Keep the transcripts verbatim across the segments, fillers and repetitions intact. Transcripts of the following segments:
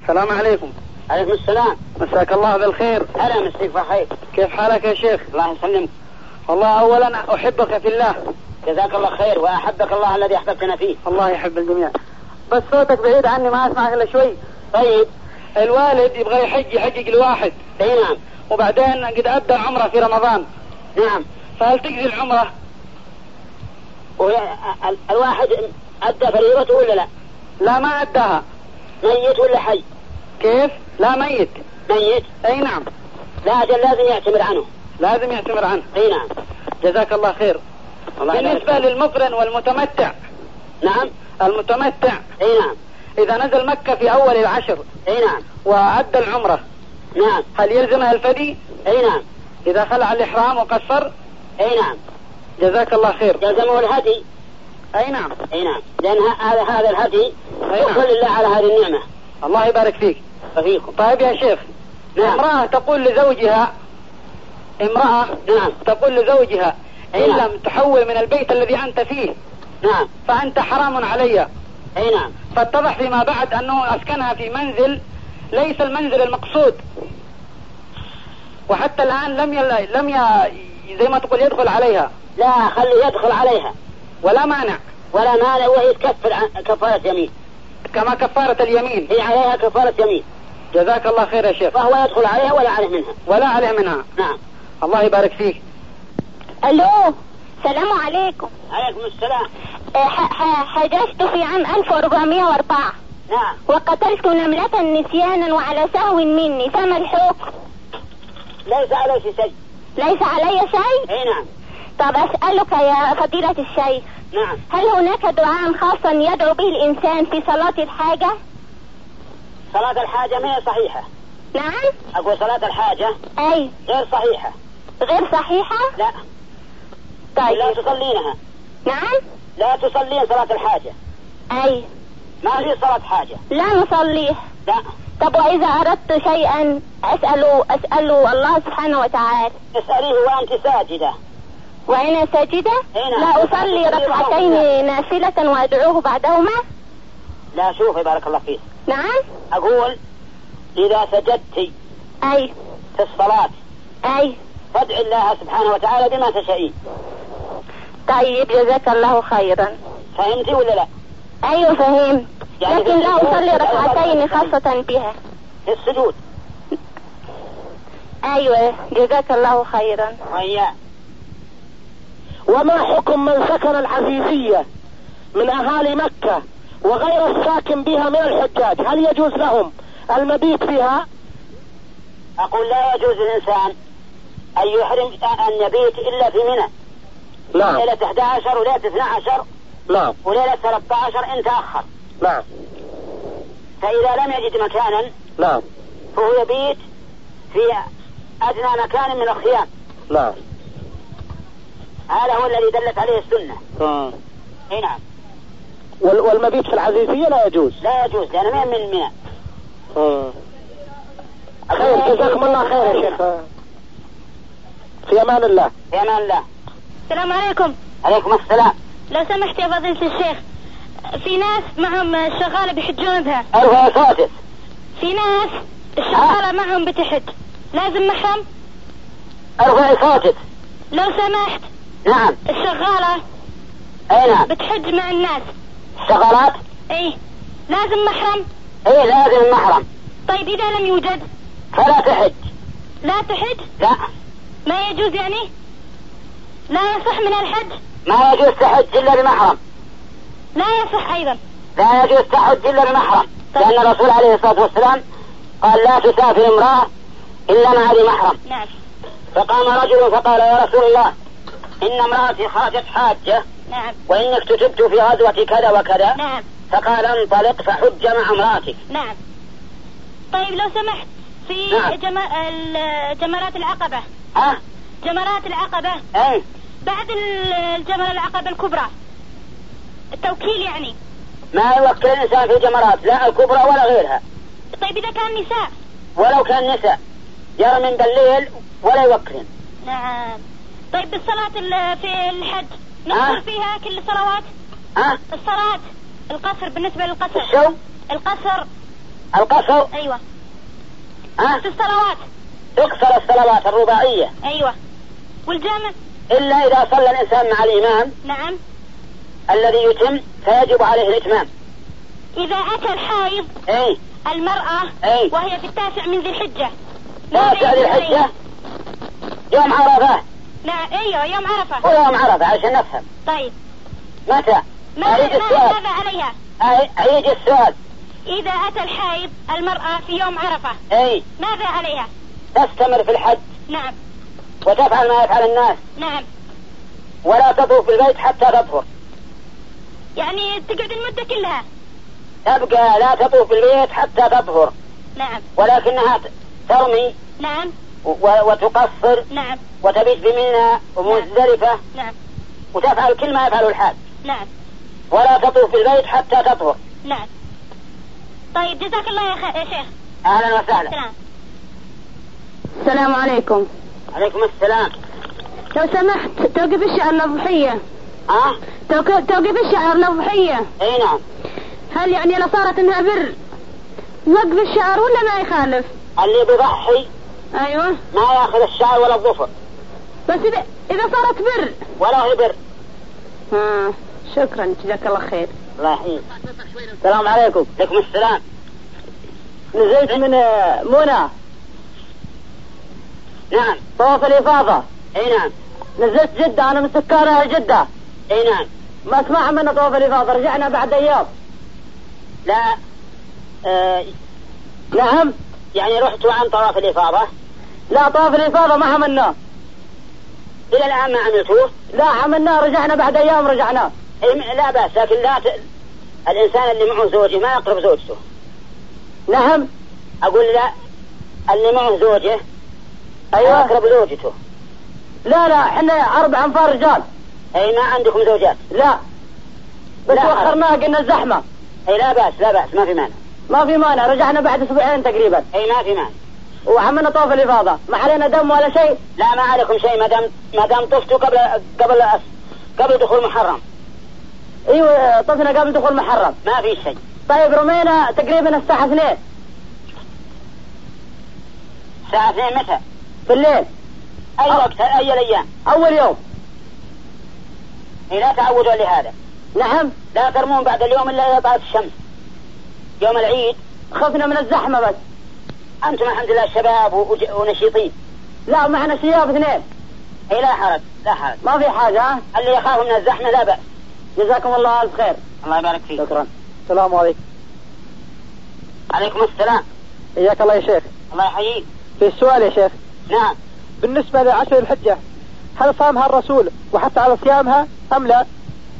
السلام عليكم. عليكم السلام. مساك الله بالخير. هلا مسيك بخير. كيف حالك يا شيخ؟ الله يسلمك. والله أولا أحبك في الله. جزاك الله خير وأحبك الله الذي أحببتنا فيه. الله يحب الجميع. بس صوتك بعيد عني ما أسمعك إلا شوي. طيب. الوالد يبغى يحج يحجج لواحد. اي نعم. وبعدين قد أدى عمره في رمضان. نعم. فهل تجزي العمرة؟ الواحد أدى فريضته ولا لا؟ لا ما أداها. ميت ولا حي؟ كيف؟ لا ميت. ميت؟ اي نعم. لا أجل لازم يعتمر عنه. لازم يعتمر عنه. اي نعم. جزاك الله خير. الله بالنسبة للمقرن والمتمتع. نعم. المتمتع. اي نعم. إذا نزل مكة في أول العشر. اي نعم. وأدى العمرة. نعم. هل يلزمها الفدي؟ اي نعم. إذا خلع الإحرام وقصر؟ اي نعم. جزاك الله خير. يلزمه الهدي. اي نعم. اي نعم. لأن هذا هذا الهدي شكر لله على هذه النعمة. الله يبارك فيك. وفيكم. طيب يا شيخ. نعم. امرأة تقول لزوجها امرأة نعم. تقول لزوجها إن نعم. لم تحول من البيت الذي أنت فيه نعم. فأنت حرام علي. اي نعم. فاتضح فيما بعد أنه أسكنها في منزل ليس المنزل المقصود، وحتى الآن لم يل... لم ي... زي ما تقول يدخل عليها. لا خليه يدخل عليها ولا مانع. ولا مانع وهي تكفر عن كفارة يمين كما كفارة اليمين. هي عليها كفارة يمين. جزاك الله خير يا شيخ. فهو يدخل عليها ولا عليه منها. ولا عليه منها. نعم. الله يبارك فيك. الو السلام عليكم. عليكم السلام. حججت في عام ألف وأربعمائة وأربعة. نعم. وقتلت نملة نسيانا وعلى سهو مني، فما الحكم؟ ليس عليه شيء. ليس علي شيء؟ اي نعم. طب أسألك يا فضيلة الشيخ. نعم. هل هناك دعاء خاصا يدعو به الإنسان في صلاة الحاجة؟ صلاة الحاجة ما هي صحيحة. نعم. أقول صلاة الحاجة أي غير صحيحة. غير صحيحة؟ لا. طيب. لا تصلينها. نعم. لا تصلين صلاة الحاجة. أي ما في صلاة حاجة. لا نصليه. لا. طب وإذا أردت شيئا أسأله أسأله الله سبحانه وتعالى. اسأليه وأنت ساجدة. وأنا ساجدة؟ نعم. لا أصلي ركعتين نافلة وأدعوه بعدهما؟ لا شوفي بارك الله فيك. نعم. أقول إذا سجدتي أي في الصلاة أي فادعي الله سبحانه وتعالى بما تشائين. طيب جزاك الله خيرا. فهمتي ولا لا؟ أيوة فهمت. يعني لكن لا أصلي ركعتين خاصة بها في السجود. أيوة جزاك الله خيرا. وإياه. وما حكم من سكن العزيزية من أهالي مكة وغير الساكن بها من الحجاج؟ هل يجوز لهم المبيت بها؟ أقول لا يجوز الإنسان أن يحرم أن يبيت إلا في منى. نعم. ليلة أحد عشر وليلة اثني عشر. نعم. وليلة ثلاثة عشر إن تأخر. نعم. فإذا لم يجد مكانا نعم فهو يبيت في أدنى مكان من الخيام. نعم. هذا هو الذي دلت عليه السنة. مم. اي نعم. وال والمبيت في العزيزية لا يجوز. لا يجوز لأنه ما من منى. خير جزاكم الله خير يا شيخ. في أمان الله. في أمان الله. السلام عليكم. عليكم السلام. لو سمحت يا فضيلة الشيخ، في ناس معهم الشغالة بيحجون بها. ارفع صوتك. في ناس الشغالة معهم بتحج، لازم محرم؟ ارفع صوتك. لو سمحت. نعم. الشغالة اي نعم بتحج مع الناس. الشغالات اي لازم محرم؟ اي لازم محرم. طيب إذا لم يوجد فلا تحج. لا تحج؟ لا. ما يجوز يعني؟ لا يصح من الحج؟ ما يجوز تحج إلا بمحرم. لا يصح أيضا. لا يجوز تحج إلا بمحرم. طيب. لأن الرسول عليه الصلاة والسلام قال لا تسافر امرأة إلا مع ذي محرم. نعم. فقام رجل فقال يا رسول الله إن امرأتي خرجت حاجة. نعم. وإنك كتبت في غزوة كذا وكذا. نعم. فقال انطلق فحج مع امرأتك. نعم. طيب لو سمحت في نعم. جم... جمرات العقبة. ها؟ جمرات العقبة. ايه. بعد الجمرة العقبة الكبرى التوكيل يعني ما يوكل الإنسان في جمرات لا الكبرى ولا غيرها. طيب إذا كان نساء؟ ولو كان نساء يرمن بالليل ولا يوكلن. نعم. طيب بالصلاة في الحج نقصر فيها كل الصلوات؟ ها؟ الصلاة القصر بالنسبة للقصر. الشو؟ القصر القصر. ايوه. ها؟ في الصلوات. تكسر الصلوات الرباعية. ايوه. والجامع؟ إلا إذا صلى الإنسان مع الإمام. نعم. الذي يتم فيجب عليه الإتمام. إذا أتى الحائض أي المرأة أي وهي في التاسع من ذي الحجة. تاسع ذي الحجة يوم عرفة. نعم ايوه يوم عرفة. ويوم عرفة عشان نفهم. طيب. متى؟ ماذا ماذا عليها؟ عيد السؤال. إذا أتى الحائض المرأة في يوم عرفة. أي. ماذا عليها؟ تستمر في الحج. نعم. وتفعل ما يفعل الناس. نعم. ولا تطوف بالبيت حتى تطهر. يعني تقعد المدة كلها. تبقى لا تطوف بالبيت حتى تطهر. نعم. ولكنها ترمي. نعم. وتقصر. نعم. وتبيت بمنى ومزدلفة. نعم. وتفعل كل ما يفعل الحاج. نعم. ولا تطوف بالبيت حتى تطهر. نعم. طيب جزاك الله يا, خ... يا شيخ. أهلا وسهلا. سلام. السلام عليكم. عليكم السلام. لو سمحت توقف الشعر الأضحية. ها؟ توقف, توقف الشعر الأضحية. اي نعم. هل يعني لو صارت انها بر وقف الشعر ولا ما يخالف؟ اللي بيضحي ايوه ما ياخذ الشعر ولا الظفر. بس اذا اذا صارت بر ولا هي بر. اه شكرا جزاك الله خير. الله يحييك. السلام عليكم. عليكم السلام. نزلت من منى. نعم. طواف الإفاضة. اي نعم. نزلت جدة، انا من سكان جدة. اي نعم. ما اسمع منا طواف الإفاضة، رجعنا بعد ايام. لا آه نعم. يعني رحتوا عن طواف الإفاضة؟ لا طواف الإفاضة ما عملناه إلى الآن ما عملتوه؟ لا عملناه، رجعنا بعد أيام رجعنا. إيه لا بأس، لكن لا ت... الإنسان اللي معه زوجه ما يقرب زوجته. نعم. أقول لا، اللي معه زوجه أيوة يقرب زوجته. لا لا احنا أربع أنفار رجال. أي ما عندكم زوجات؟ لا بس وخرناه قلنا الزحمة. أي لا بأس لا بأس ما في مانع. ما في مانع، رجعنا بعد أسبوعين تقريبا. أي ما في مانع. وعملنا طواف الإفاضة، ما علينا دم ولا شيء. لا ما عليكم شيء ما دام ما دام طفتوا قبل قبل قبل دخول محرم. ايوه طفنا قبل دخول محرم. ما في شيء. طيب رمينا تقريبا الساعة اثنين. الساعة اثنين متى؟ بالليل. أي أو... وقت أي الأيام؟ أول يوم. إيه لا تعودوا لهذا. نعم. لا ترمون بعد اليوم إلا إذا طلعت الشمس. يوم العيد خفنا من الزحمة بس. أنتم الحمد لله شباب وج... ونشيطين. لا معنا شياب اثنين. اي لا حرج لا حرج. ما في حاجة. ها اللي يخاف من الزحمة لا بأس. جزاكم الله ألف خير. الله يبارك فيك. شكرا. السلام عليكم. عليكم السلام. حياك الله يا شيخ. الله يحييك. في السؤال يا شيخ. نعم. بالنسبة لعشر الحجة هل صامها الرسول وحتى على صيامها أم لا؟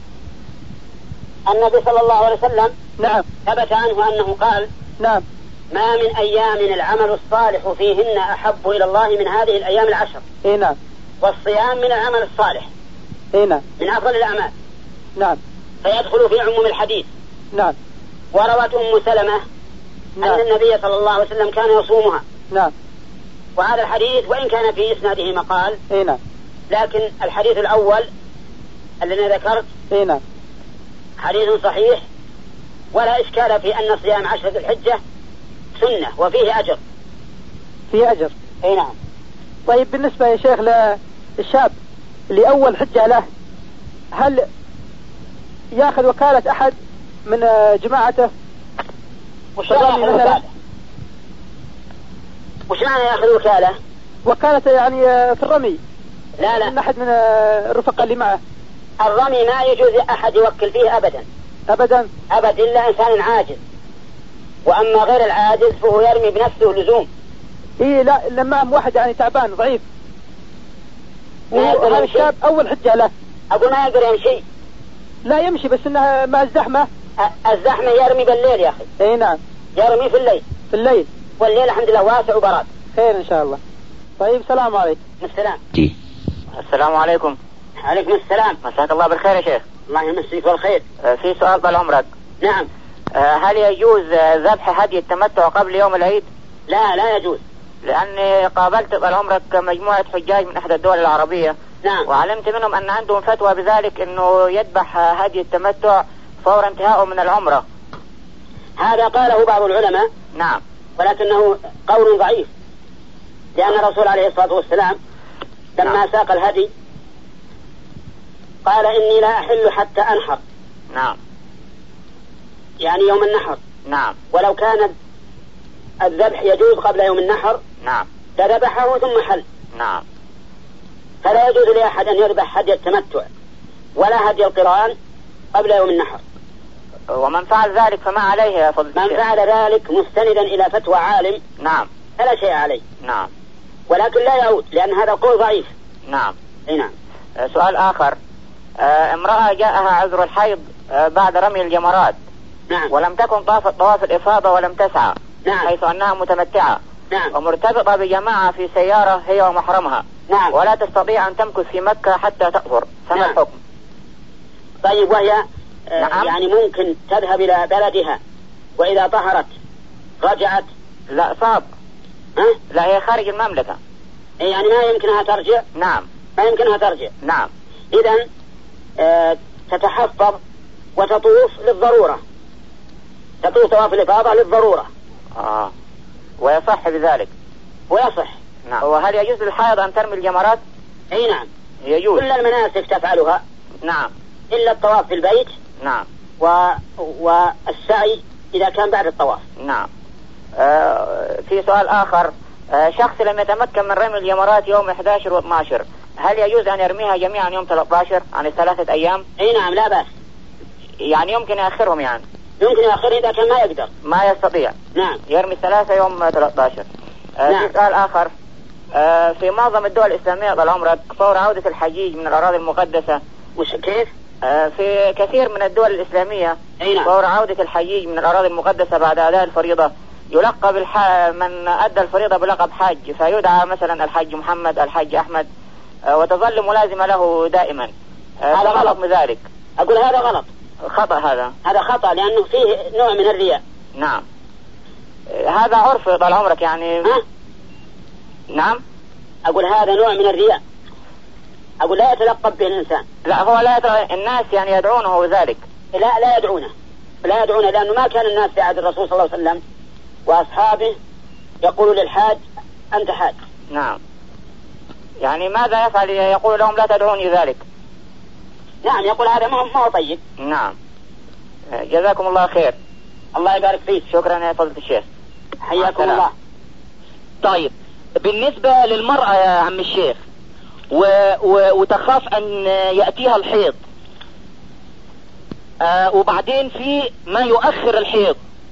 النبي صلى الله عليه وسلم نعم ثبت عنه أنه قال نعم ما من أيام العمل الصالح فيهن أحب إلى الله من هذه الأيام العشر. اي نعم. والصيام من العمل الصالح. اي نعم. من أفضل الأعمال. نعم. فيدخل في عموم الحديث. نعم. وروت أم سلمة نعم. أن النبي صلى الله عليه وسلم كان يصومها. نعم. وهذا الحديث وإن كان في إسناده مقال اي نعم لكن الحديث الأول الذي ذكرت اي نعم حديث صحيح ولا إشكال في أن صيام عشرة الحجة سنة وفيه أجر. فيه أجر. اي نعم. طيب بالنسبة يا شيخ للشاب اللي أول حجة له هل ياخذ وكالة أحد من جماعته؟ وش معنى ياخذ وكالة؟ وش معنى ياخذ وكالة؟ وكالة يعني في الرمي. لا لا. من أحد من الرفقاء اللي معه. الرمي ما يجوز أحد يوكل فيه أبدا. أبدا. أبدا إلا إنسان عاجز. وأما غير العاجز فهو يرمي بنفسه لزوم. إيه لا لما واحد يعني تعبان ضعيف. وهذا الشاب أول حجة له. أقول ما يقدر يمشي. لا يمشي بس إنها مع الزحمة. الزحمة يرمي بالليل يا أخي. إيه نعم. يرمي في الليل. في الليل. والليل الحمد لله واسع وبراد. خير إن شاء الله. طيب السلام عليكم. السلام. السلام عليكم. عليكم السلام. مساك الله بالخير يا شيخ. الله يمسيك بالخير. آه في سؤال طال عمرك. نعم. آه هل يجوز ذبح هدي التمتع قبل يوم العيد؟ لا لا يجوز. لأني قابلت طال عمرك مجموعة حجاج من إحدى الدول العربية. نعم. وعلمت منهم أن عندهم فتوى بذلك أنه يذبح هدي التمتع فور انتهائه من العمرة. هذا قاله بعض العلماء. نعم. ولكنه قول ضعيف، لأن الرسول عليه الصلاة والسلام لما نعم. ساق الهدي قال إني لا أحل حتى أنحر. نعم. يعني يوم النحر. نعم. ولو كان الذبح يجوز قبل يوم النحر نعم فذبحه ثم حل. نعم. فلا يجوز لأحد أن يذبح هدي التمتع ولا هدي القران قبل يوم النحر. ومن فعل ذلك فما عليه يا فضل من فعل ذلك مستندا إلى فتوى عالم نعم فلا شيء عليه. نعم. ولكن لا يعود لأن هذا قول ضعيف. نعم. نعم. سؤال آخر، آه امرأة جاءها عذر الحيض آه بعد رمي الجمرات. نعم. ولم تكن طافت طواف الإفاضة ولم تسعى. نعم. حيث أنها متمتعة. نعم. ومرتبطة بجماعة في سيارة هي ومحرمها. نعم. ولا تستطيع أن تمكث في مكة حتى تطهر، فما نعم. الحكم؟ طيب وهي آه نعم. يعني ممكن تذهب إلى بلدها وإذا طهرت رجعت؟ لا صعب. ها؟ لا هي خارج المملكة. يعني ما يمكنها ترجع؟ نعم. ما يمكنها ترجع. نعم. إذن آه تتحفظ وتطوف للضرورة، تطوف طواف الإفاضة للضرورة. آه. ويصح بذلك. ويصح. نعم. وهل يجوز للحائض أن ترمي الجمرات؟ أي نعم يجوز. كل المناسك تفعلها. نعم. إلا الطواف في البيت. نعم. و... والسعي إذا كان بعد الطواف. نعم. آه في سؤال آخر، آه شخص لم يتمكن من رمي الجمرات يوم إحدى عشر و اثني عشر، هل يجوز أن يرميها جميعا يوم ثلاثة عشر عن الثلاثة أيام؟ أي نعم لا بأس. يعني يمكن يأخرهم يعني؟ يمكن يأخر إذا كان ما يقدر. ما يستطيع. نعم. يرمي الثلاثة يوم ثلاثة عشر. آه نعم. في سؤال آخر، آه في معظم الدول الإسلامية طال عمرك فور عودة الحجيج من الأراضي المقدسة. وش كيف؟ آه في كثير من الدول الإسلامية أي نعم. فور عودة الحجيج من الأراضي المقدسة بعد أداء الفريضة يلقب الح... من أدى الفريضة بلقب حاج، فيدعى مثلا الحاج محمد، الحاج أحمد، آه وتظل ملازمة له دائما. آه هذا غلط. ذلك. أقول هذا غلط. خطأ هذا. هذا خطأ لأنه فيه نوع من الرياء. نعم. آه هذا عرف طال عمرك يعني. ها؟ نعم. أقول هذا نوع من الرياء. أقول لا يتلقب به الإنسان. لا هو لا يدعو الناس يعني يدعونه ذلك. لا لا يدعونه لا يدعونه لأنه ما كان الناس في عهد الرسول صلى الله عليه وسلم وأصحابه يقولوا للحاج أنت حاج. نعم. يعني ماذا يفعل؟ يقول لهم لا تدعوني ذلك. نعم يقول هذا ما هو طيب. نعم. جزاكم الله خير. الله يبارك فيك. شكرا يا فضيلة الشيخ. حياكم الله. طيب بالنسبة للمرأة يا عم الشيخ و... و... وتخاف أن يأتيها الحيض، آه وبعدين في ما يؤخر الحيض،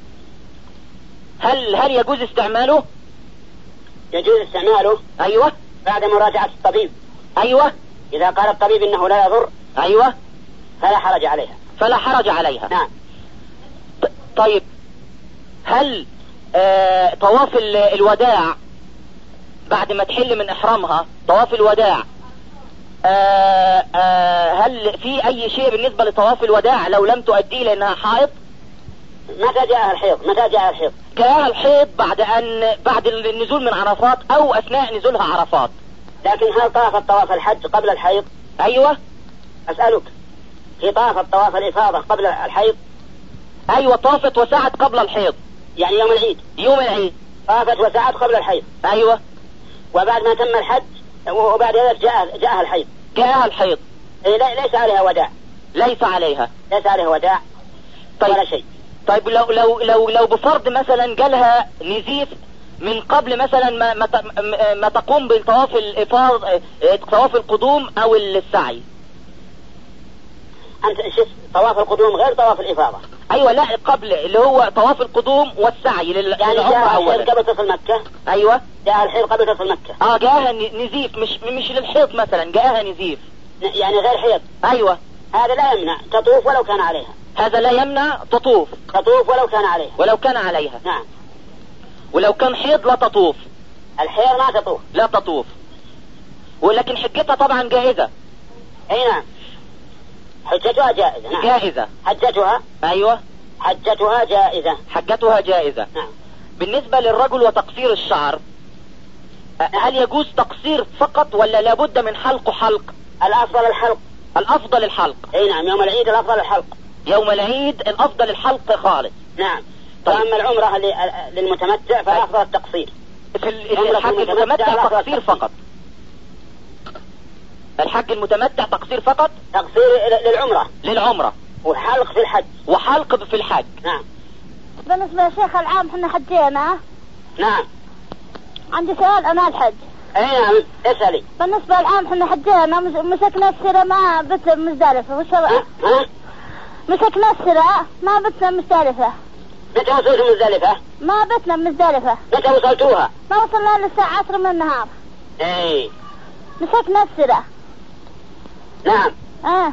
هل هل يجوز استعماله؟ يجوز استعماله. أيوة. بعد مراجعة الطبيب. أيوة. إذا قال الطبيب إنه لا يضر. أيوة. فلا حرج عليها. فلا حرج عليها. نعم. طيب هل آه طواف الوداع بعد ما تحل من إحرامها طواف الوداع آه آه هل في أي شيء بالنسبة لطواف الوداع لو لم تؤديه لأنها حائض؟ متى جاءها الحيض؟ متى جاءها الحيض؟ جاءها الحيض بعد أن بعد النزول من عرفات أو أثناء نزولها عرفات. لكن هل طافت طواف الحج قبل الحيض؟ أيوة. أسألك، في طافت طواف الإفاضة قبل الحيض؟ أيوة طافت وسعت قبل الحيض. يعني يوم العيد. يوم العيد طافت وسعت قبل الحيض. أيوة. وبعد ما تم الحج وبعد ذلك جاء جاءها الحيض. جاءها الحيض. إيه ليس عليها وداع. ليس عليها. ليس عليها وداع. طيب. ولا شيء. طيب لو لو لو لو بفرض مثلا جالها نزيف من قبل مثلا ما ما, ما تقوم بالطواف الإفاضة طواف القدوم أو السعي. أنت شوف طواف القدوم غير طواف الإفاضة. أيوة لا قبل اللي هو طواف القدوم والسعي لل... يعني جاءها الحيض قبل تصل مكة. أيوة. جاءها الحيض قبل تصل مكة. آه جاءها نزيف مش مش للحيض مثلا جاءها نزيف. يعني غير حيض. أيوة. هذا لا يمنع تطوف ولو كان عليها. هذا لا يمنع تطوف. تطوف ولو كان عليها. ولو كان عليها. نعم. ولو كان حيض لا تطوف. الحيض ما تطوف. لا تطوف. ولكن حجتها طبعا جائزة. أي نعم. حجتها جائزة. نعم. جائزة. حجتها. أيوة. حجتها جائزة. حجتها جائزة. نعم. بالنسبة للرجل وتقصير الشعر، هل يجوز تقصير فقط ولا لابد من حلق وحلق؟ الأفضل الحلق. الأفضل الحلق. أي نعم يوم العيد الأفضل الحلق. يوم العيد الأفضل الحلق خالص. نعم. طيب. وأما العمرة للمتمتع فأفضل التقصير. في الحج المتمتع تقصير فقط. الحج المتمتع تقصير فقط. تقصير للعمرة. للعمرة. وحلق في الحج. وحلق في الحج. نعم. بالنسبة لشيخ العام احنا حجينا. نعم. عندي سؤال انا الحج. اي نعم اسألي. بالنسبة للعام احنا حجينا مسكنا السرة ما بت مزدلفة وش ها؟ مسكنا السرة ما بتنا مزدلفة. متى وصلتوا مزدلفة؟ ما بتنا مزدلفة. متى وصلتوها؟ ما وصلنا للساعة عشرة من النهار. اي. مسكنا السرة. نعم. اه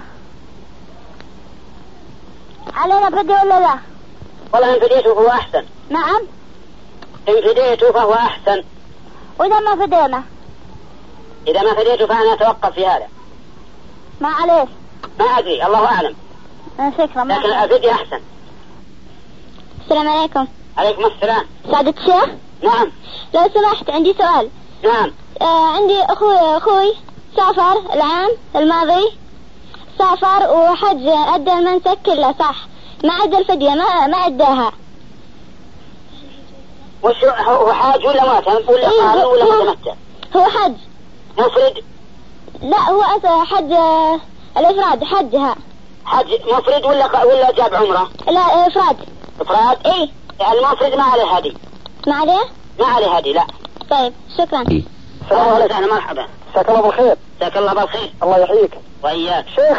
علينا فدي ولا لا؟ والله ان فديته فهو احسن. نعم. ان فديته فهو احسن. واذا ما فدينا؟ اذا ما فديته فانا اتوقف في هذا. ما عليك. ما ادري الله اعلم. آه شكرا. لكن الفدية احسن. السلام عليكم. عليكم السلام. سعادة الشيخ؟ نعم. لو سمحت عندي سؤال. نعم. آه عندي اخوي اخوي سافر العام الماضي، سافر وحج ادى المنسك كله صح، ما ادى الفدية ما ما اداها. وش هو حاج ولا ماتم ولا إيه قارن ولا هو متمتع؟ هو حج. مفرد؟ لا هو أصلا حج الافراد حجها. حج مفرد ولا ولا جاب عمره؟ لا افراد. افراد؟ ايه المفرد ما عليه هدي. ما عليه؟ ما عليه هدي لا. طيب شكرا. السلام عليكم. مرحبا. مساك الله بالخير. مساك الله بالخير. الله يحييك. وإياك. شيخ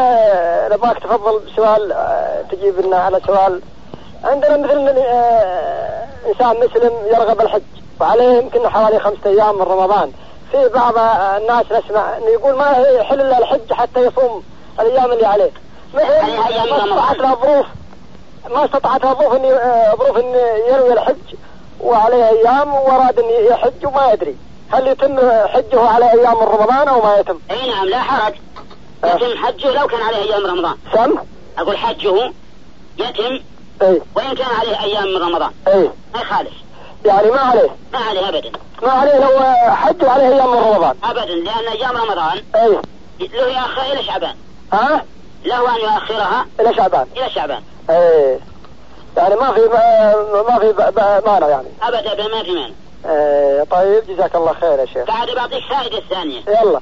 آه نبغاك تفضل بسؤال آه تجيب لنا على سؤال. عندنا مثل آه إنسان مسلم يرغب الحج وعليه يمكن حوالي خمسة أيام من رمضان. في بعض الناس نسمع إنه يقول ما يحل إلا الحج حتى يصوم الأيام اللي عليه. مثل ما استطاعت له ظروف ما استطاعت له ظروف إن ظروف إن يروي الحج وعليه أيام وأراد إن يحج وما يدري هل يتم حجه على أيام رمضان أو ما يتم؟ أي نعم لا حرج. يتم حجه لو كان عليه أيام رمضان. سم؟ أقول حجه يتم. أي. وإن كان عليه أيام من رمضان. أي. ما يخالف. يعني ما عليه. ما عليه أبدا. ما عليه لو حج عليه أيام من رمضان. أبدا لأن أيام رمضان. أي. له يأخر إلى شعبان. ها؟ له أن يؤخرها. إلى شعبان. إلى شعبان. أي. يعني ما في ما في مانع يعني. أبدا ما في مانع. ايه طيب جزاك الله خير يا شيخ. بعد بعطيك فائدة الثانية. يلا.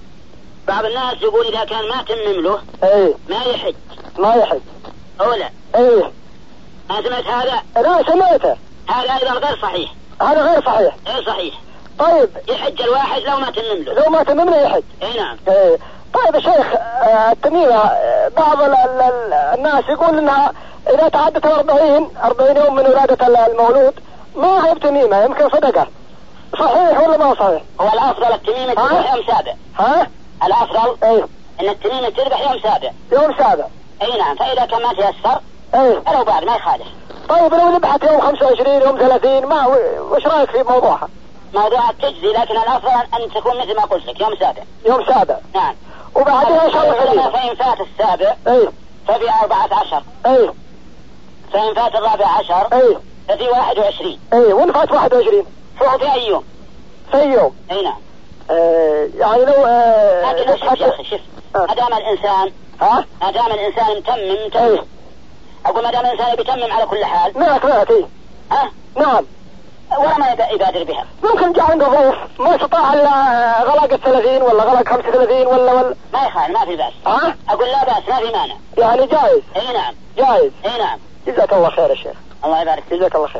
بعض الناس يقول إذا كان ما تمم له. ايه. ما يحج. ما يحج. أولا. ايه. ما سمعت هذا؟ لا سمعته. هذا أيضا غير صحيح. هذا غير صحيح. غير صحيح. طيب. يحج الواحد لو ما تمم له. لو ما تمم له يحج. اي نعم. ايه. طيب يا شيخ التميمة بعض ال ال الناس يقول انها اذا تعدت الاربعين اربعين يوم من ولادة المولود ما هي بتميمة يمكن صدقة. صحيح ولا ما صحيح؟ هو الافضل التميمة تذبح يوم سابع. ها؟ الافضل ايه ان التميمة تذبح يوم سابع. يوم سابع. اي نعم فاذا كان ما تيسر. ايه. ولو بعد ما يخالف. طيب لو ذبحت يوم خمسة وعشرين يوم ثلاثين ما وش رايك في موضوعها؟ موضوعها تجزي لكن الافضل ان تكون مثل ما قلت لك يوم سابع. يوم سابع. نعم. وبعدها ان شاء الله فإن فات السابع. ايه. ففي أربعة عشر. ايه. فإن فات الرابع عشر. ايه. ففي واحد وعشرين. ايه وين فات واحد وعشرين؟ فهو في أي يوم. في أي يوم. اي نعم. ايه يعني لو اه لكن شوف يا أخي شوف ما دام الإنسان ها ما دام الإنسان متمم متمم. ايه. أقول ما دام الإنسان بيتمم على كل حال. معك معك ايه. ها نعم. ولا ما يبادر بها. ممكن جاء عنده ظروف ما استطاع الا غلق الثلاثين ولا غلق خمسة وثلاثين ولا ولا ما يخالف ما في بأس. ها أقول لا بأس ما في مانع. يعني جائز. اي نعم. جائز. اي نعم. جزاك الله خير يا شيخ. الله يبارك فيك. جزاك الله خير.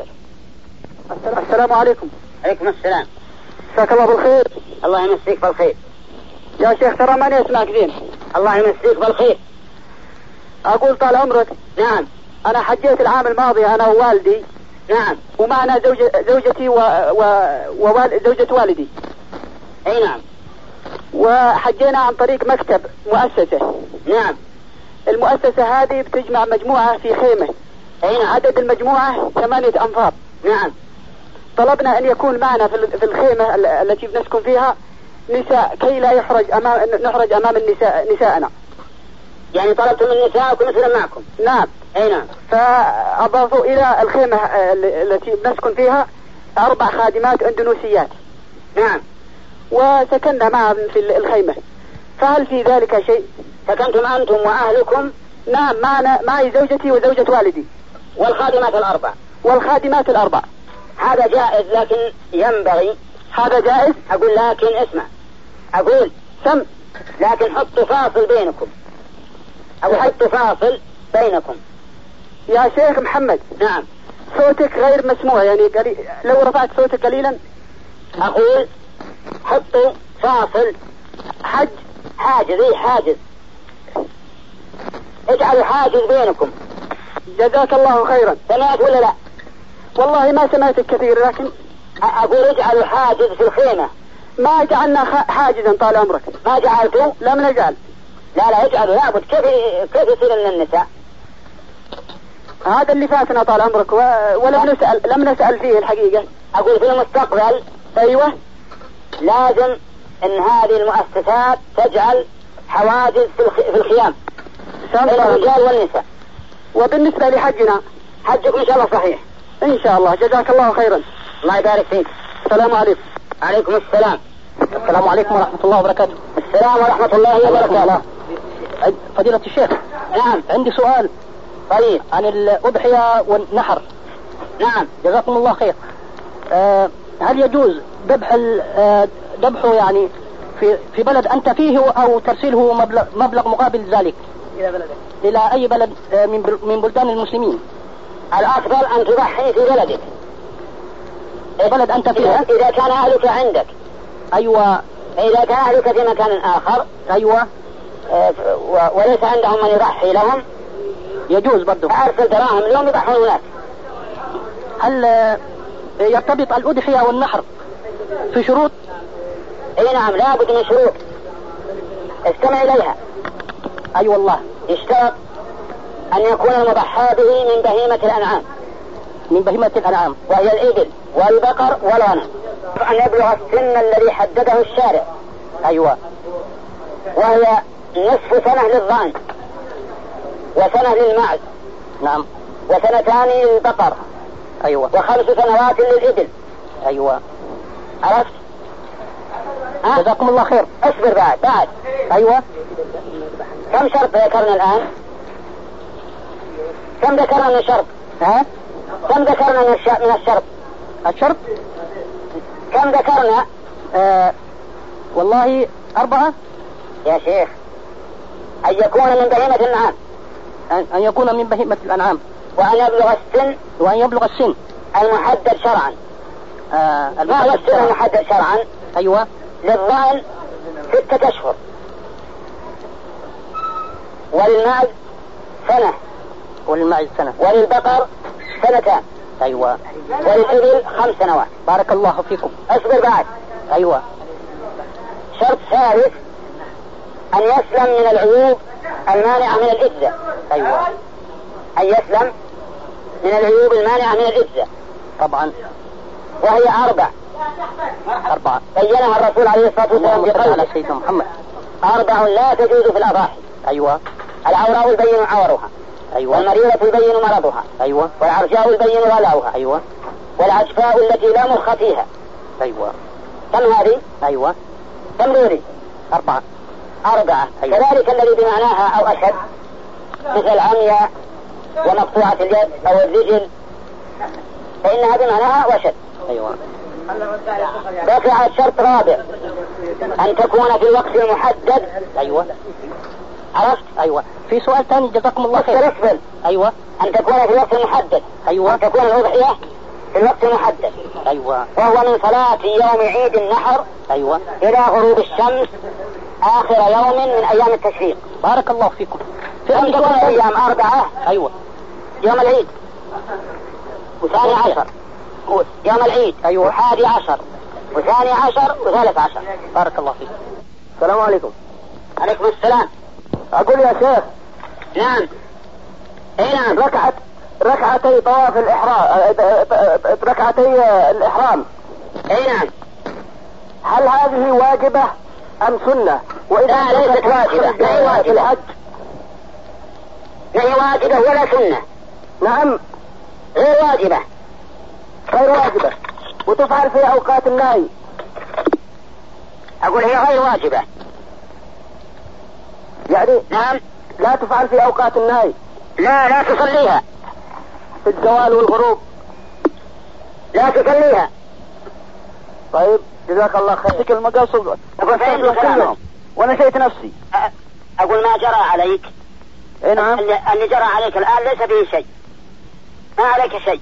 السلام عليكم. عليكم السلام. مساك الله بالخير. الله يمسيك بالخير. يا شيخ ترى ماني اسمعك زين. الله يمسيك بالخير. اقول طال عمرك. نعم. انا حجيت العام الماضي انا ووالدي. نعم. ومعنا زوجة زوجتي و... و... ووال... زوجة والدي. اي نعم. وحجينا عن طريق مكتب مؤسسة. نعم. المؤسسة هذه بتجمع مجموعة في خيمة. اي نعم. عدد المجموعة ثمانية انفار. نعم. طلبنا ان يكون معنا في الخيمة التي بنسكن فيها نساء كي لا يحرج امام نحرج امام النساء نساءنا. يعني طلبتم من نساءكم مثلا معكم. نعم. اي نعم. فاضافوا الى الخيمة التي بنسكن فيها اربع خادمات اندونيسيات. نعم. وسكننا معهم في الخيمة. فهل في ذلك شيء؟ سكنتم انتم واهلكم؟ نعم معنا معي زوجتي وزوجة والدي. والخادمات الاربع. والخادمات الأربع. هذا جائز لكن ينبغي. هذا جائز. أقول لكن اسمع، أقول سم، لكن حطوا فاصل بينكم، أو حطوا فاصل بينكم. يا شيخ محمد. نعم. صوتك غير مسموع، يعني قليل، لو رفعت صوتك قليلا. أقول حطوا فاصل، حج حاجز، اي حاجز، اجعلوا حاجز بينكم. جزاك الله خيرا. سمعت ولا لا؟ والله ما سمعتك كثير، لكن أقول اجعلوا حاجز في الخيمة. ما جعلنا حاجزا طال عمرك. ما جعلتوا؟ لم نجعل. لا لا اجعلوا، لابد. كيف كيف يصير لنا النساء؟ هذا اللي فاتنا طال عمرك، و... ولم نسأل لم نسأل فيه الحقيقة. أقول في المستقبل. أيوة. لازم إن هذه المؤسسات تجعل حواجز في, الخ... في الخيام بين الرجال والنساء. وبالنسبة لحجنا، حجكم إن شاء الله صحيح إن شاء الله. جزاك الله خيرا. الله يبارك فيك. السلام عليكم. عليكم السلام. السلام عليكم ورحمة الله وبركاته. السلام ورحمة الله وبركاته. فضيلة الشيخ. نعم. عندي سؤال. طيب. عن الأضحية والنحر. نعم. جزاكم الله خير. أه هل يجوز ذبح أه ذبحه يعني في في بلد أنت فيه، أو ترسيله مبلغ مبلغ مقابل ذلك إلى بلدك، إلى أي بلد أه من من بلدان المسلمين؟ الأفضل أن تضحي في بلدك، بلد أنت فيها. إذا كان أهلك عندك. أيوة. إذا كان أهلك في مكان آخر. أيوة. أه وليس عندهم من يضحي لهم، يجوز برضو. أرسل دراهم اليوم يضحون هناك. هل يرتبط الأضحية والنحر في شروط؟ اي نعم، لابد من شروط استمع إليها. أي أيوة والله. يشترط أن يكون المضحى به من بهيمة الأنعام. من بهيمة الأنعام وهي الإبل والبقر والغنم. أن يبلغ السن الذي حدده الشارع. أيوة. وهي نصف سنة للضأن، وسنة للمعز. نعم. وسنتان للبقر. أيوة. وخمس سنوات للإبل. أيوة. عرفت؟ جزاكم الله خير. اصبر بعد بعد. أيوة. كم شرط ذكرنا الآن؟ كم ذكرنا من شرط؟ ها؟ كم ذكرنا من الشرط؟ من الشرط الشرط كم ذكرنا؟ آه والله أربعة يا شيخ. أن يكون من بهيمة الأنعام. أن يكون من بهيمة الأنعام. وأن يبلغ السن. وأن يبلغ السن المحدد شرعا. آه ما هو السن المحدد شرعا؟ أيوة. للضأن ستة أشهر، وللمعز سنة، وللمعز سنة، وللبقر سنتان. أيوة. وللإبل خمس سنوات. بارك الله فيكم. اصبر بعد. أيوة. شرط ثالث أن يسلم من العيوب المانعة من الإجزاء. أيوة. أن يسلم من العيوب المانعة من الإجزاء. طبعا. وهي أربع. أربعة بينها الرسول عليه الصلاة والسلام بقوله على سيدنا محمد: أربع لا تجوز في الأضاحي. أيوة. العوراء البين عورها. أيوة. والمريضة البين مرضها. أيوة. والعرجاء البين غلاؤها. أيوة. والعجفاء التي لا مخ فيها. أيوة. كم هذه؟ أيوة. كم دوري؟ أربعة. أربعة. أيوة. كذلك الذي بمعناها أو أشد، مثل العمياء ومقطوعة اليد أو الرجل، فإنها بمعناها وشد. أيوة. رفع الشرط رابع أن تكون في الوقت المحدد. أيوة. عرفت؟ أيوة. في سؤال ثاني جزاكم الله خير. اصبر. أيوة. أن تكون في الوقت المحدد. أيوة. أن تكون الأضحية في الوقت المحدد. أيوة. وهو من صلاة يوم عيد النحر. أيوة. إلى غروب الشمس آخر يوم من أيام التشريق. بارك الله فيكم. في أن تكون أيام أربعة. أيوة. يوم العيد وثاني عشر، يوم العيد. أيوة. وحادي عشر وثاني عشر وثالث عشر. بارك الله فيكم. السلام عليكم. عليكم السلام. أقول يا شيخ. نعم. اي نعم. ركعت ركعتي طواف الإحرام، ركعتي الإحرام. اي نعم. هل هذه واجبة أم سنة؟ وإذا لا ليست واجبة. لا هي واجبة. الحج لا هي واجبة ولا سنة. نعم. غير واجبة. غير واجبة. وتفعل في أوقات النهي. أقول هي غير واجبة. يعني نعم. لا تفعل في أوقات النهي. لا لا تصليها. في الزوال والغروب. لا تصليها. طيب جزاك الله خير. فيك المقاصد كلهم ونسيت نفسي. أقول ما جرى عليك. اي نعم. اللي جرى عليك الآن ليس فيه شيء، ما عليك شيء.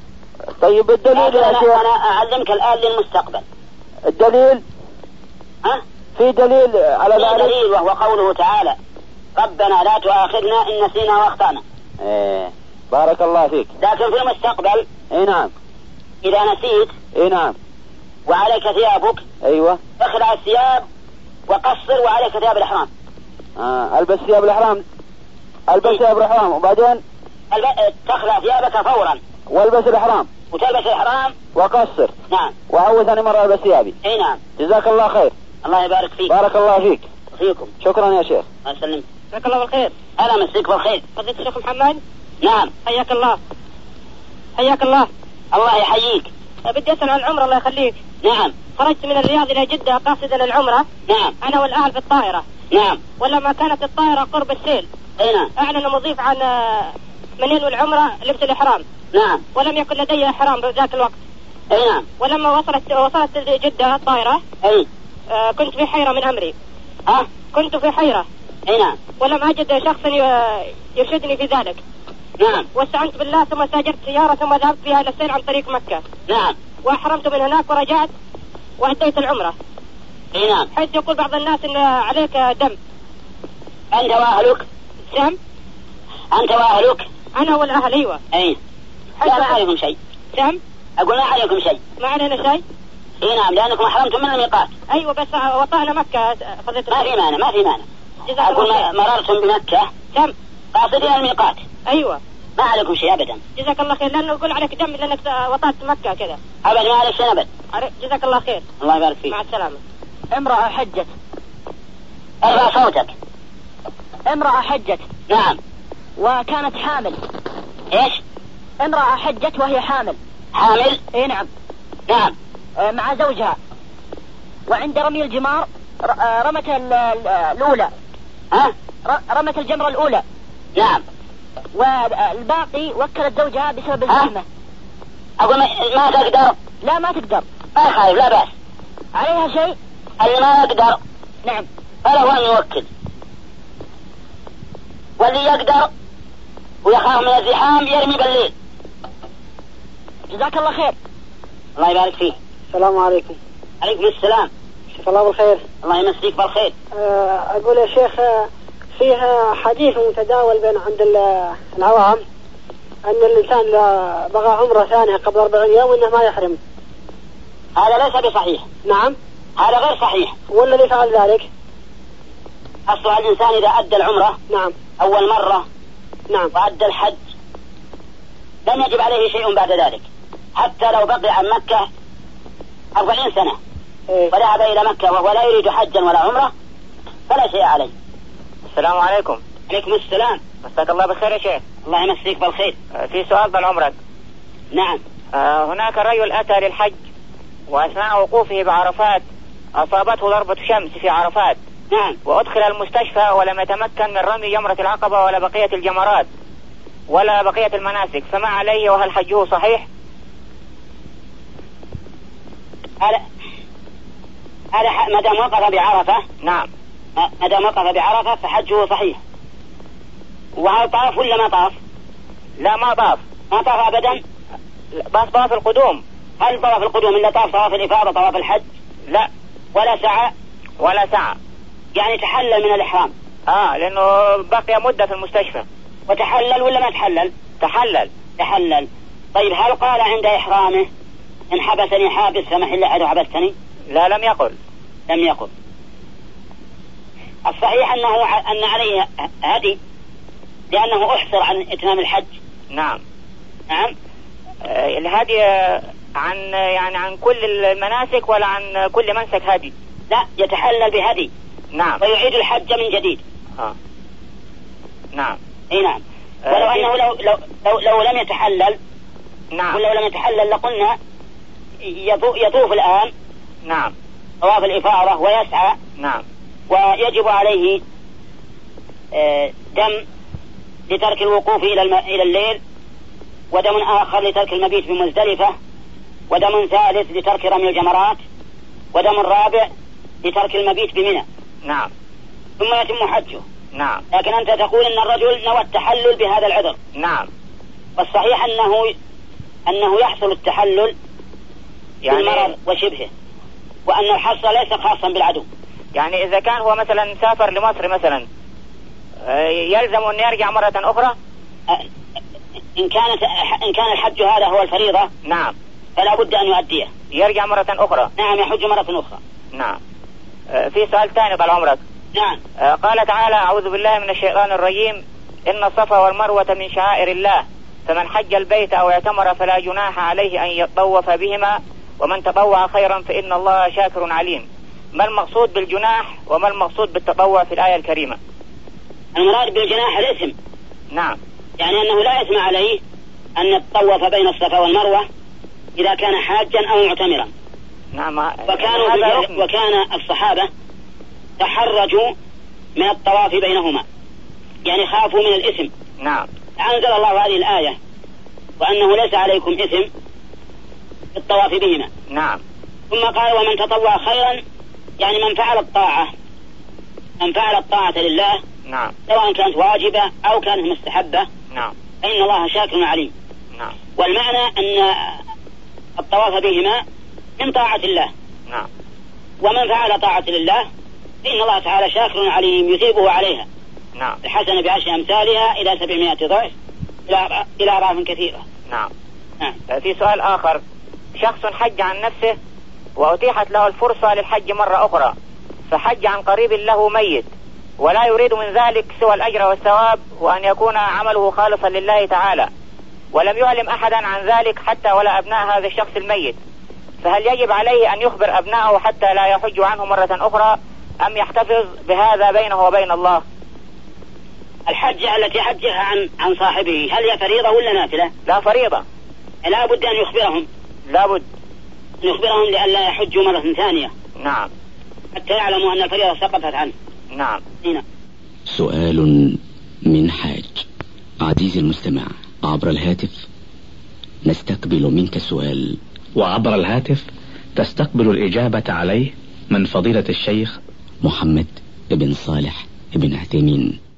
طيب الدليل يا شيخ؟ أنا أعلمك الآن للمستقبل. الدليل؟ ها؟ في دليل على ذلك؟ في دليل وهو قوله تعالى ربنا لا تؤاخذنا إن نسينا وأخطأنا. ايه بارك الله فيك. لكن في المستقبل اي نعم إذا نسيت اي نعم وعليك ثيابك ايوه اخلع الثياب وقصر وعليك ثياب الإحرام. آه البس ثياب الإحرام. البس ثياب الإحرام وبعدين الب... تخلع ثيابك فورا والبس الإحرام وتلبس الإحرام وقصر. نعم. وأول ثاني مرة البس ثيابي. اي نعم. جزاك الله خير. الله يبارك فيك. بارك الله فيك. فيكم. شكرا يا شيخ. الله يسلمك. جزاك الله بالخير. أنا مسيك بالخير. فضيلة الشيخ محمد. نعم. حياك الله. حياك الله. الله يحييك. بدي أسأل عن العمرة الله يخليك. نعم. خرجت من الرياض إلى جدة قاصدا للعمرة. نعم. أنا والأهل في الطائرة. نعم. ولما كانت الطائرة قرب السيل اي نعم. أعلن مضيف عن من ينوي العمرة لبس الإحرام. نعم. ولم يكن لدي إحرام بذاك الوقت. اي نعم. ولما وصلت وصلت جدة الطائرة اي آه كنت في حيرة من أمري. ها؟ كنت في حيرة. اي نعم. ولم أجد شخصا يرشدني في ذلك. نعم. واستعنت بالله ثم ساجرت سيارة ثم ذهبت بها إلى السير عن طريق مكة. نعم. وأحرمت من هناك ورجعت وأديت العمرة. اي نعم. حيث يقول بعض الناس إن عليك دم. أنت وأهلك. سم. أنت وأهلك. أنا والأهل. أيوة. اي لا ما عليكم شيء. سم. أقول ما عليكم شيء. ما علينا شيء. اي نعم لأنكم أحرمتم من الميقات. أيوة بس وطأنا مكة فضيلة. ما في مانع ما في مانع. أقول ما مررتم بمكة. سم. قاصدين الميقات. أيوة. ما عليكم شيء أبدا. جزاك الله خير. لأنه يقول عليك دم لأنك وطأت مكة كذا. أبدا ما عليك شيء أبدا. جزاك الله خير. الله يبارك فيك. مع السلامة. امرأة حجت. ارفع صوتك. امرأة حجت. نعم. وكانت حامل. ايش؟ امرأة حجت وهي حامل. حامل؟ اي نعم. نعم. آه مع زوجها. وعند رمي الجمار آه رمت الأولى. ها؟ رمت الجمرة الأولى. نعم. والباقي وكلت زوجها بسبب الزحمة. أقول ما, ما تقدر. لا ما تقدر. ما يخالف لا بأس. عليها شيء؟ اللي ما يقدر. نعم. فله أن يوكل. واللي يقدر ويخاف من الزحام يرمي بالليل. جزاك الله خير. الله يبارك فيك. السلام عليكم. عليكم السلام. شيخ الله بالخير. الله يمسيك بالخير. أقول يا شيخ فيها حديث متداول بين عند العوام أن الإنسان لا بغى عمره ثانية قبل أربعين يوم إنه ما يحرم. هذا ليس بصحيح. نعم. هذا غير صحيح. ولا اللي فعل ذلك؟ أصل الإنسان إذا أدى العمرة. نعم. أول مرة. نعم. وأدى الحج لم يجب عليه شيء بعد ذلك حتى لو بقي عن مكة أربعين سنة. إيه؟ وذهب إلى مكة وهو لا يريد حجا ولا عمرة فلا شيء عليه. السلام عليكم. عليكم السلام. مساك الله بالخير يا شيخ. الله يمسيك بالخير. آه في سؤال بالعمرة. نعم. آه هناك رجل أتى للحج وأثناء وقوفه بعرفات أصابته ضربة شمس في عرفات. نعم. وأدخل المستشفى ولم يتمكن من رمي جمرة العقبة ولا بقية الجمرات ولا بقية المناسك، فما عليه وهل حجه صحيح؟ هذا هذا ما دام وقف بعرفة. نعم. ما دام وقف بعرفة فحجه صحيح. وهل طاف ولا ما طاف؟ لا ما طاف. ما طاف أبدا. بس طاف القدوم. هل طواف القدوم إلا طاف طواف الإفاضة طواف الحج؟ لا. ولا سعى؟ ولا سعى. يعني تحلل من الإحرام. آه لأنه بقي مدة في المستشفى. وتحلل ولا ما تحلل؟ تحلل. تحلل. طيب هل قال عند إحرامه إن حبسني حابس فمحل أحد حبستني؟ لا لم يقل. لم يقل. الصحيح أنه أن عليه هدي لأنه أحصر عن إتمام الحج. نعم. نعم. آه الهدي عن يعني عن كل المناسك ولا عن كل منسك هدي؟ لا يتحلل بهدي. نعم. ويعيد الحج من جديد. آه. نعم. اي نعم. ولو آه انه لو لو لو, لو لم يتحلل. نعم. ولو لم يتحلل لقلنا يطوف الآن. نعم. طواف الإفاضة ويسعى. نعم. ويجب عليه دم لترك الوقوف إلى الم... إلى الليل ودم آخر لترك المبيت بمزدلفة ودم ثالث لترك رمي الجمرات، ودم رابع لترك المبيت بمنى. نعم. ثم يتم حجه. نعم. لكن أنت تقول أن الرجل نوى التحلل بهذا العذر. نعم. والصحيح أنه أنه يحصل التحلل يعني بالمرض وشبهه، وأن الحصر ليس خاصا بالعدو. يعني إذا كان هو مثلا سافر لمصر مثلا يلزم أن يرجع مرة أخرى؟ إن كانت إن كان الحج هذا هو الفريضة نعم فلا بد أن يؤديه. يرجع مرة أخرى. نعم يحج مرة أخرى. نعم. في سؤال ثاني طال عمرك. نعم. قال تعالى: أعوذ بالله من الشيطان الرجيم: إن الصفا والمروة من شعائر الله فمن حج البيت أو اعتمر فلا جناح عليه أن يطوف بهما ومن تطوع خيرا فإن الله شاكر عليم. ما المقصود بالجناح وما المقصود بالتطوع في الآية الكريمة؟ المراد بالجناح الاسم. نعم. يعني أنه لا إثم عليه أن يتطوف بين الصفا والمروة إذا كان حاجا أو معتمرا. نعم. وكانوا وكان الصحابة تحرجوا من الطواف بينهما، يعني خافوا من الإثم. نعم. أنزل الله هذه الآية: وأنه ليس عليكم إثم في الطواف بهما. نعم. ثم قال: ومن تطوع خيرا، يعني من فعل الطاعة من فعل الطاعة لله. نعم. سواء كانت واجبة أو كانت مستحبة. نعم. فإن الله شاكر عليم. نعم. والمعنى أن الطواف بهما من طاعة الله. نعم. ومن فعل طاعة لله فإن الله تعالى شاكر عليم يثيبه عليها. نعم. الحسنة بعشر أمثالها إلى سبعمائة ضعف إلى إلى أضعاف كثيرة. نعم. نعم. في سؤال آخر: شخص حج عن نفسه وأتيحت له الفرصة للحج مرة أخرى، فحج عن قريب له ميت ولا يريد من ذلك سوى الأجر والثواب وأن يكون عمله خالصا لله تعالى، ولم يعلم أحدا عن ذلك حتى ولا أبناء هذا الشخص الميت، فهل يجب عليه أن يخبر أبنائه حتى لا يحج عنه مرة أخرى أم يحتفظ بهذا بينه وبين الله؟ الحجة التي حجها عن عن صاحبه هل هي فريضة ولا نافلة؟ لا، فريضة. لا بد أن يخبرهم. لا بد أن يخبرهم لئلا يحجوا مرة ثانية. نعم. حتى يعلموا أن الفريضة سقطت عنه. نعم. هنا. سؤال من حاج. عزيزي المستمع، عبر الهاتف نستقبل منك السؤال، وعبر الهاتف تستقبل الإجابة عليه من فضيلة الشيخ محمد بن صالح بن عثيمين.